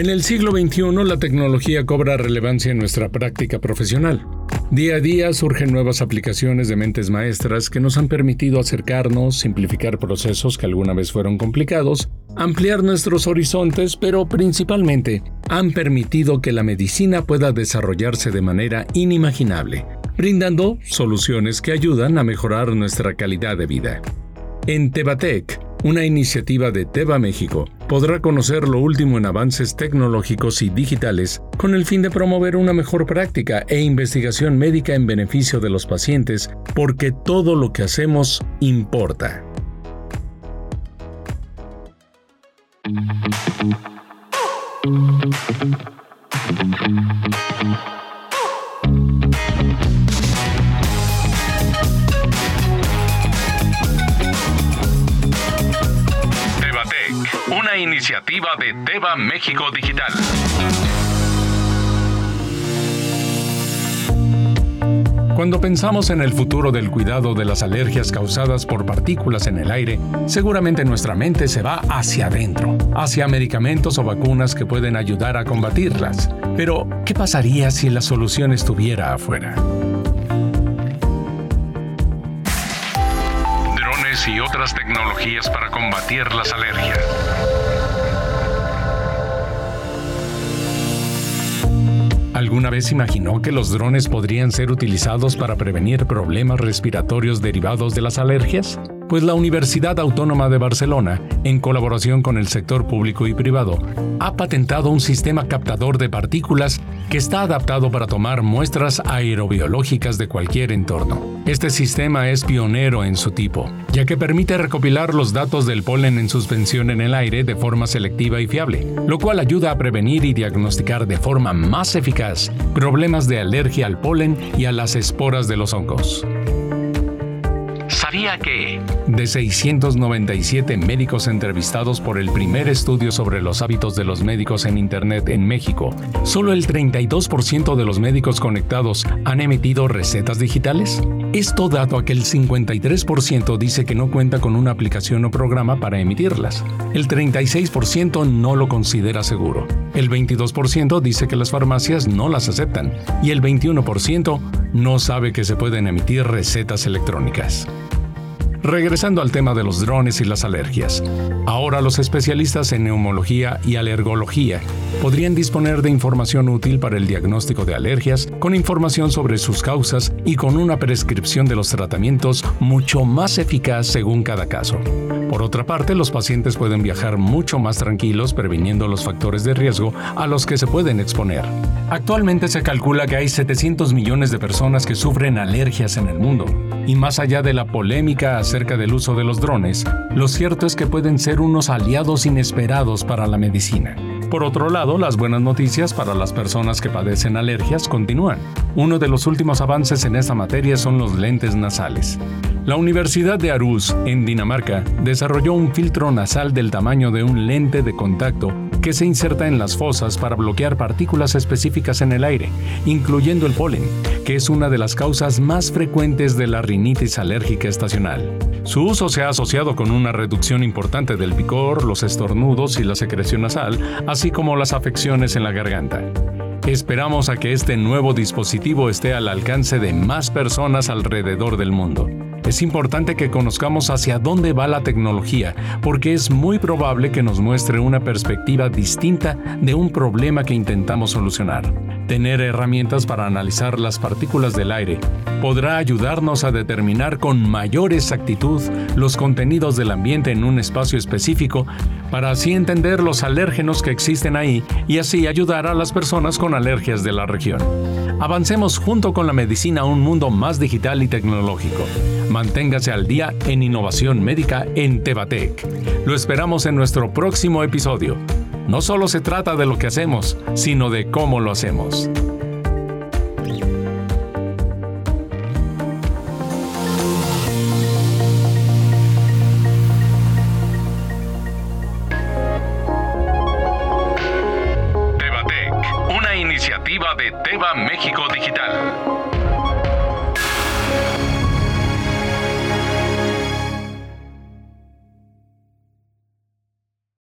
En el siglo XXI, la tecnología cobra relevancia en nuestra práctica profesional. Día a día surgen nuevas aplicaciones de mentes maestras que nos han permitido acercarnos, simplificar procesos que alguna vez fueron complicados, ampliar nuestros horizontes, pero principalmente han permitido que la medicina pueda desarrollarse de manera inimaginable, brindando soluciones que ayudan a mejorar nuestra calidad de vida. En Tevatec, una iniciativa de Teva México, podrá conocer lo último en avances tecnológicos y digitales con el fin de promover una mejor práctica e investigación médica en beneficio de los pacientes, porque todo lo que hacemos importa. Una iniciativa de Teva México Digital. Cuando pensamos en el futuro del cuidado de las alergias causadas por partículas en el aire, seguramente nuestra mente se va hacia adentro, hacia medicamentos o vacunas que pueden ayudar a combatirlas. Pero, ¿qué pasaría si la solución estuviera afuera? Drones y otras tecnologías para combatir las alergias. ¿Alguna vez imaginó que los drones podrían ser utilizados para prevenir problemas respiratorios derivados de las alergias? Pues la Universidad Autónoma de Barcelona, en colaboración con el sector público y privado, ha patentado un sistema captador de partículas que está adaptado para tomar muestras aerobiológicas de cualquier entorno. Este sistema es pionero en su tipo, ya que permite recopilar los datos del polen en suspensión en el aire de forma selectiva y fiable, lo cual ayuda a prevenir y diagnosticar de forma más eficaz problemas de alergia al polen y a las esporas de los hongos. ¿Sabía que? De 697 médicos entrevistados por el primer estudio sobre los hábitos de los médicos en Internet en México, ¿solo el 32% de los médicos conectados han emitido recetas digitales? Esto dado a que el 53% dice que no cuenta con una aplicación o programa para emitirlas. El 36% no lo considera seguro. El 22% dice que las farmacias no las aceptan. Y el 21% no sabe que se pueden emitir recetas electrónicas. Regresando al tema de los drones y las alergias. Ahora los especialistas en neumología y alergología podrían disponer de información útil para el diagnóstico de alergias, con información sobre sus causas y con una prescripción de los tratamientos mucho más eficaz según cada caso. Por otra parte, los pacientes pueden viajar mucho más tranquilos previniendo los factores de riesgo a los que se pueden exponer. Actualmente se calcula que hay 700 millones de personas que sufren alergias en el mundo. Y más allá de la polémica acerca del uso de los drones, lo cierto es que pueden ser unos aliados inesperados para la medicina. Por otro lado, las buenas noticias para las personas que padecen alergias continúan. Uno de los últimos avances en esta materia son los lentes nasales. La Universidad de Aarhus, en Dinamarca, desarrolló un filtro nasal del tamaño de un lente de contacto que se inserta en las fosas para bloquear partículas específicas en el aire, incluyendo el polen, que es una de las causas más frecuentes de la rinitis alérgica estacional. Su uso se ha asociado con una reducción importante del picor, los estornudos y la secreción nasal, así como las afecciones en la garganta. Esperamos a que este nuevo dispositivo esté al alcance de más personas alrededor del mundo. Es importante que conozcamos hacia dónde va la tecnología, porque es muy probable que nos muestre una perspectiva distinta de un problema que intentamos solucionar. Tener herramientas para analizar las partículas del aire podrá ayudarnos a determinar con mayor exactitud los contenidos del ambiente en un espacio específico, para así entender los alérgenos que existen ahí y así ayudar a las personas con alergias de la región. Avancemos junto con la medicina a un mundo más digital y tecnológico. Manténgase al día en innovación médica en Tevatec. Lo esperamos en nuestro próximo episodio. No solo se trata de lo que hacemos, sino de cómo lo hacemos.